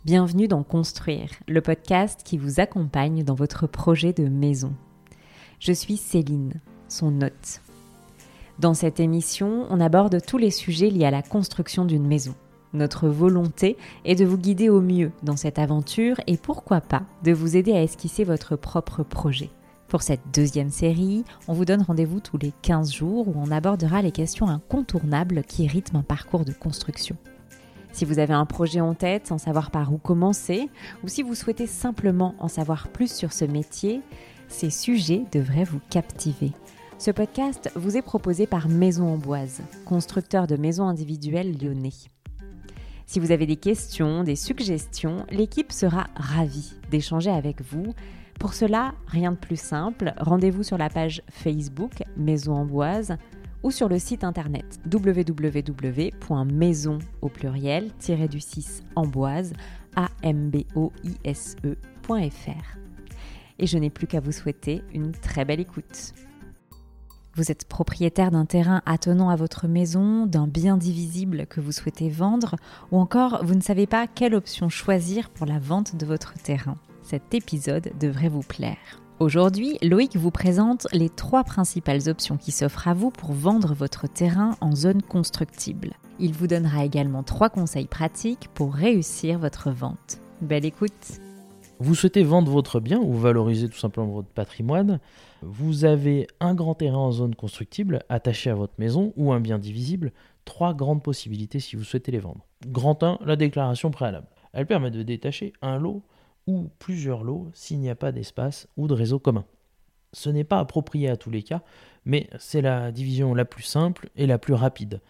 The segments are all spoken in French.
Bienvenue dans Construire, le podcast qui vous accompagne dans votre projet de maison. Je suis Céline, son hôte. Dans cette émission, on aborde tous les sujets liés à la construction d'une maison. Notre volonté est de vous guider au mieux dans cette aventure et pourquoi pas de vous aider à esquisser votre propre projet. Pour cette deuxième série, on vous donne rendez-vous tous les 15 jours où on abordera les questions incontournables qui rythment un parcours de construction. Si vous avez un projet en tête sans savoir par où commencer, ou si vous souhaitez simplement en savoir plus sur ce métier, ces sujets devraient vous captiver. Ce podcast vous est proposé par Maison Amboise, constructeur de maisons individuelles lyonnais. Si vous avez des questions, des suggestions, l'équipe sera ravie d'échanger avec vous. Pour cela, rien de plus simple, rendez-vous sur la page Facebook Maison Amboise ou sur le site internet www.maison au pluriel-du-6 amboise.fr. Et je n'ai plus qu'à vous souhaiter une très belle écoute. Vous êtes propriétaire d'un terrain attenant à votre maison, d'un bien divisible que vous souhaitez vendre, ou encore vous ne savez pas quelle option choisir pour la vente de votre terrain. Cet épisode devrait vous plaire. Aujourd'hui, Loïc vous présente les 3 principales options qui s'offrent à vous pour vendre votre terrain en zone constructible. Il vous donnera également 3 conseils pratiques pour réussir votre vente. Belle écoute! Vous souhaitez vendre votre bien ou valoriser tout simplement votre patrimoine. Vous avez un grand terrain en zone constructible attaché à votre maison ou un bien divisible. 3 grandes possibilités si vous souhaitez les vendre. Grand 1, la déclaration préalable. Elle permet de détacher un lot ou plusieurs lots s'il n'y a pas d'espace ou de réseau commun. Ce n'est pas approprié à tous les cas, mais c'est la division la plus simple et la plus rapide.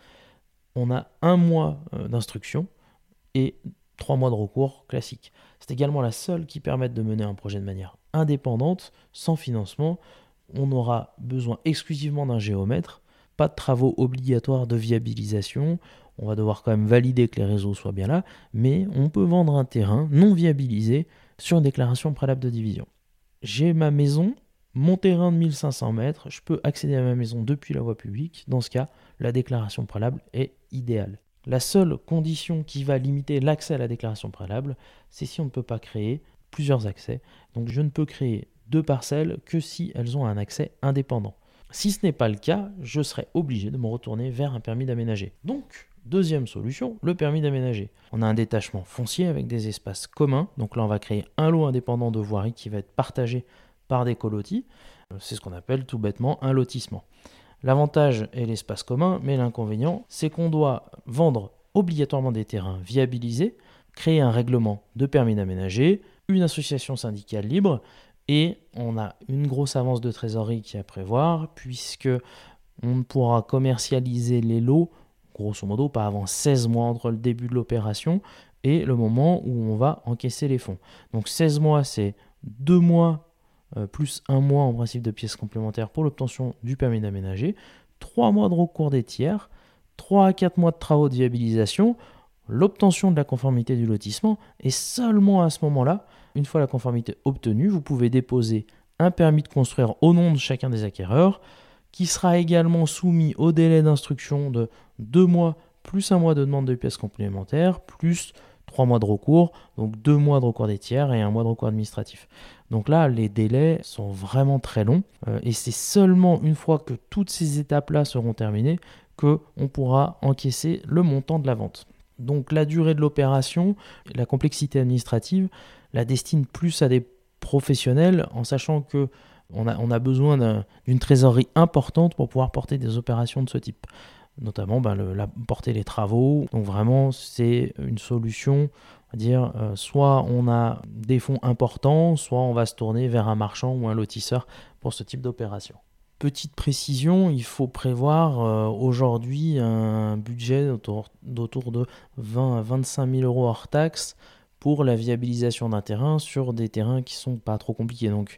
On a 1 mois d'instruction et 3 mois de recours classique. C'est également la seule qui permette de mener un projet de manière indépendante, sans financement. On aura besoin exclusivement d'un géomètre, pas de travaux obligatoires de viabilisation. On va devoir quand même valider que les réseaux soient bien là, mais on peut vendre un terrain non viabilisé sur une déclaration préalable de division. J'ai ma maison, mon terrain de 1500 mètres, je peux accéder à ma maison depuis la voie publique. Dans ce cas, la déclaration préalable est idéale. La seule condition qui va limiter l'accès à la déclaration préalable, c'est si on ne peut pas créer plusieurs accès. Donc je ne peux créer 2 parcelles que si elles ont un accès indépendant. Si ce n'est pas le cas, je serai obligé de me retourner vers un permis d'aménager. Donc, deuxième solution, le permis d'aménager. On a un détachement foncier avec des espaces communs. Donc là, on va créer un lot indépendant de voirie qui va être partagé par des colotis. C'est ce qu'on appelle tout bêtement un lotissement. L'avantage est l'espace commun, mais l'inconvénient, c'est qu'on doit vendre obligatoirement des terrains viabilisés, créer un règlement de permis d'aménager, une association syndicale libre, et on a une grosse avance de trésorerie qui est à prévoir, puisque on ne pourra commercialiser les lots, grosso modo, pas avant 16 mois entre le début de l'opération et le moment où on va encaisser les fonds. Donc 16 mois, c'est 2 mois plus 1 mois en principe de pièces complémentaires pour l'obtention du permis d'aménager, 3 mois de recours des tiers, 3 à 4 mois de travaux de viabilisation, l'obtention de la conformité du lotissement, et seulement à ce moment-là, une fois la conformité obtenue, vous pouvez déposer un permis de construire au nom de chacun des acquéreurs, qui sera également soumis au délai d'instruction de 2 mois plus 1 mois de demande de pièces complémentaires, plus 3 mois de recours, donc 2 mois de recours des tiers et 1 mois de recours administratif. Donc là, les délais sont vraiment très longs et c'est seulement une fois que toutes ces étapes-là seront terminées qu'on pourra encaisser le montant de la vente. Donc la durée de l'opération, la complexité administrative, la destine plus à des professionnels en sachant que on a besoin d'une trésorerie importante pour pouvoir porter des opérations de ce type. Notamment porter les travaux. Donc vraiment, c'est une solution, on va dire, soit on a des fonds importants, soit on va se tourner vers un marchand ou un lotisseur pour ce type d'opération. Petite précision, il faut prévoir aujourd'hui un budget d'autour de 20 à 25 000 euros hors taxe pour la viabilisation d'un terrain sur des terrains qui ne sont pas trop compliqués. Donc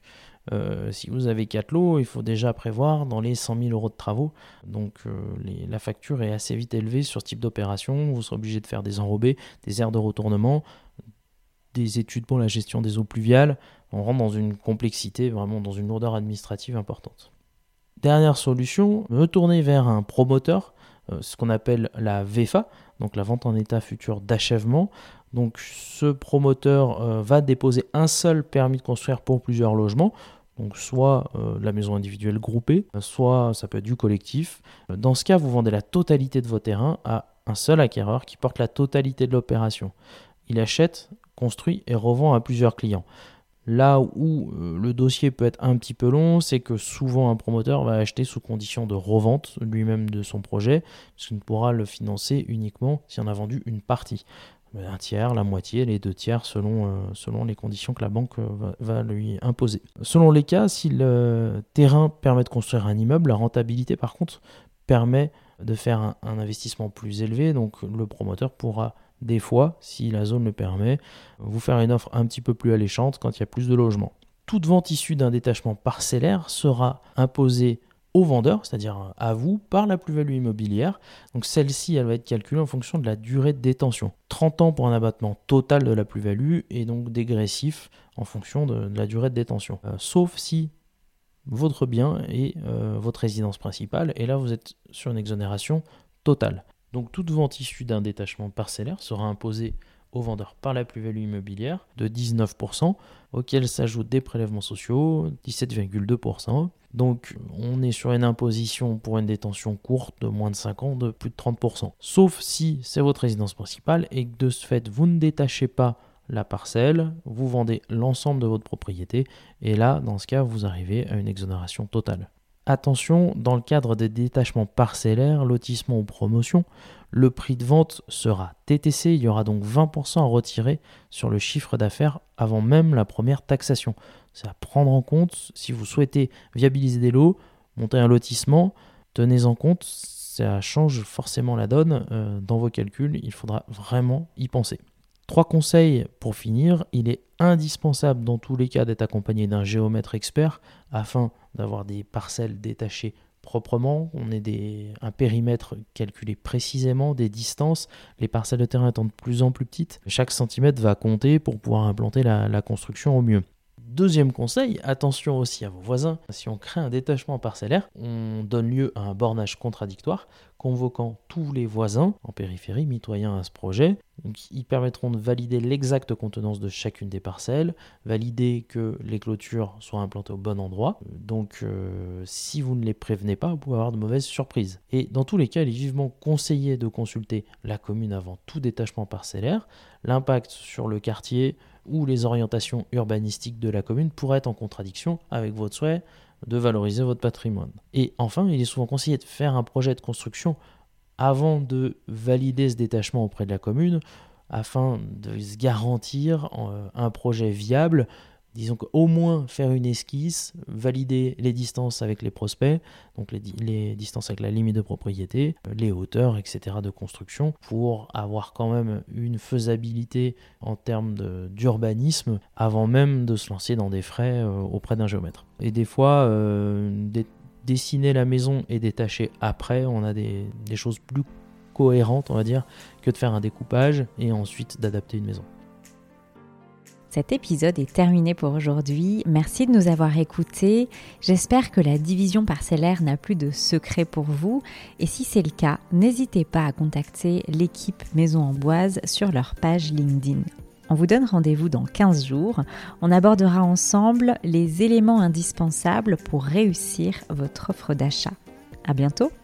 si vous avez 4 lots, il faut déjà prévoir dans les 100 000 euros de travaux. Donc la facture est assez vite élevée sur ce type d'opération. Vous serez obligé de faire des enrobés, des aires de retournement, des études pour la gestion des eaux pluviales. On rentre dans une complexité, vraiment dans une lourdeur administrative importante. Dernière solution, me tourner vers un promoteur, ce qu'on appelle la VEFA, donc la vente en état futur d'achèvement. Donc ce promoteur va déposer un seul permis de construire pour plusieurs logements. Donc soit la maison individuelle groupée, soit ça peut être du collectif. Dans ce cas, vous vendez la totalité de vos terrains à un seul acquéreur qui porte la totalité de l'opération. Il achète, construit et revend à plusieurs clients. Là où le dossier peut être un petit peu long, c'est que souvent un promoteur va acheter sous condition de revente lui-même de son projet, puisqu'il ne pourra le financer uniquement si on a vendu une partie. Un tiers, la moitié, les 2 tiers selon les conditions que la banque va lui imposer. Selon les cas, si le terrain permet de construire un immeuble, la rentabilité par contre permet de faire un investissement plus élevé. Donc le promoteur pourra des fois, si la zone le permet, vous faire une offre un petit peu plus alléchante quand il y a plus de logements. Toute vente issue d'un détachement parcellaire sera imposée au vendeur, c'est-à-dire à vous, par la plus-value immobilière. Donc celle-ci, elle va être calculée en fonction de la durée de détention. 30 ans pour un abattement total de la plus-value et donc dégressif en fonction de la durée de détention. Sauf si votre bien est votre résidence principale, et là vous êtes sur une exonération totale. Donc toute vente issue d'un détachement parcellaire sera imposée au vendeur par la plus-value immobilière de 19%, auquel s'ajoutent des prélèvements sociaux, 17,2%. Donc on est sur une imposition pour une détention courte de moins de 5 ans de plus de 30%. Sauf si c'est votre résidence principale et que de ce fait vous ne détachez pas la parcelle, vous vendez l'ensemble de votre propriété et là, dans ce cas, vous arrivez à une exonération totale. Attention, dans le cadre des détachements parcellaires, lotissements ou promotions, le prix de vente sera TTC, il y aura donc 20% à retirer sur le chiffre d'affaires avant même la première taxation. C'est à prendre en compte si vous souhaitez viabiliser des lots, monter un lotissement, tenez en compte, ça change forcément la donne dans vos calculs, il faudra vraiment y penser. 3 conseils pour finir, il est indispensable dans tous les cas d'être accompagné d'un géomètre expert afin d'avoir des parcelles détachées proprement, on ait un périmètre calculé précisément, des distances, les parcelles de terrain étant de plus en plus petites, chaque centimètre va compter pour pouvoir implanter la construction au mieux. Deuxième conseil, attention aussi à vos voisins. Si on crée un détachement parcellaire, on donne lieu à un bornage contradictoire, convoquant tous les voisins en périphérie mitoyens à ce projet. Donc, ils permettront de valider l'exacte contenance de chacune des parcelles, valider que les clôtures soient implantées au bon endroit. Donc, si vous ne les prévenez pas, vous pouvez avoir de mauvaises surprises. Et dans tous les cas, il est vivement conseillé de consulter la commune avant tout détachement parcellaire. L'impact sur le quartier ou les orientations urbanistiques de la commune pourraient être en contradiction avec votre souhait de valoriser votre patrimoine. Et enfin, il est souvent conseillé de faire un projet de construction avant de valider ce détachement auprès de la commune, afin de se garantir un projet viable. Disons qu'au moins faire une esquisse, valider les distances avec les prospects, donc les distances avec la limite de propriété, les hauteurs, etc. de construction, pour avoir quand même une faisabilité en termes d'urbanisme avant même de se lancer dans des frais auprès d'un géomètre. Et des fois, dessiner la maison et détacher après, on a des choses plus cohérentes, on va dire, que de faire un découpage et ensuite d'adapter une maison. Cet épisode est terminé pour aujourd'hui. Merci de nous avoir écoutés. J'espère que la division parcellaire n'a plus de secret pour vous. Et si c'est le cas, n'hésitez pas à contacter l'équipe Maison Amboise sur leur page LinkedIn. On vous donne rendez-vous dans 15 jours. On abordera ensemble les éléments indispensables pour réussir votre offre d'achat. À bientôt!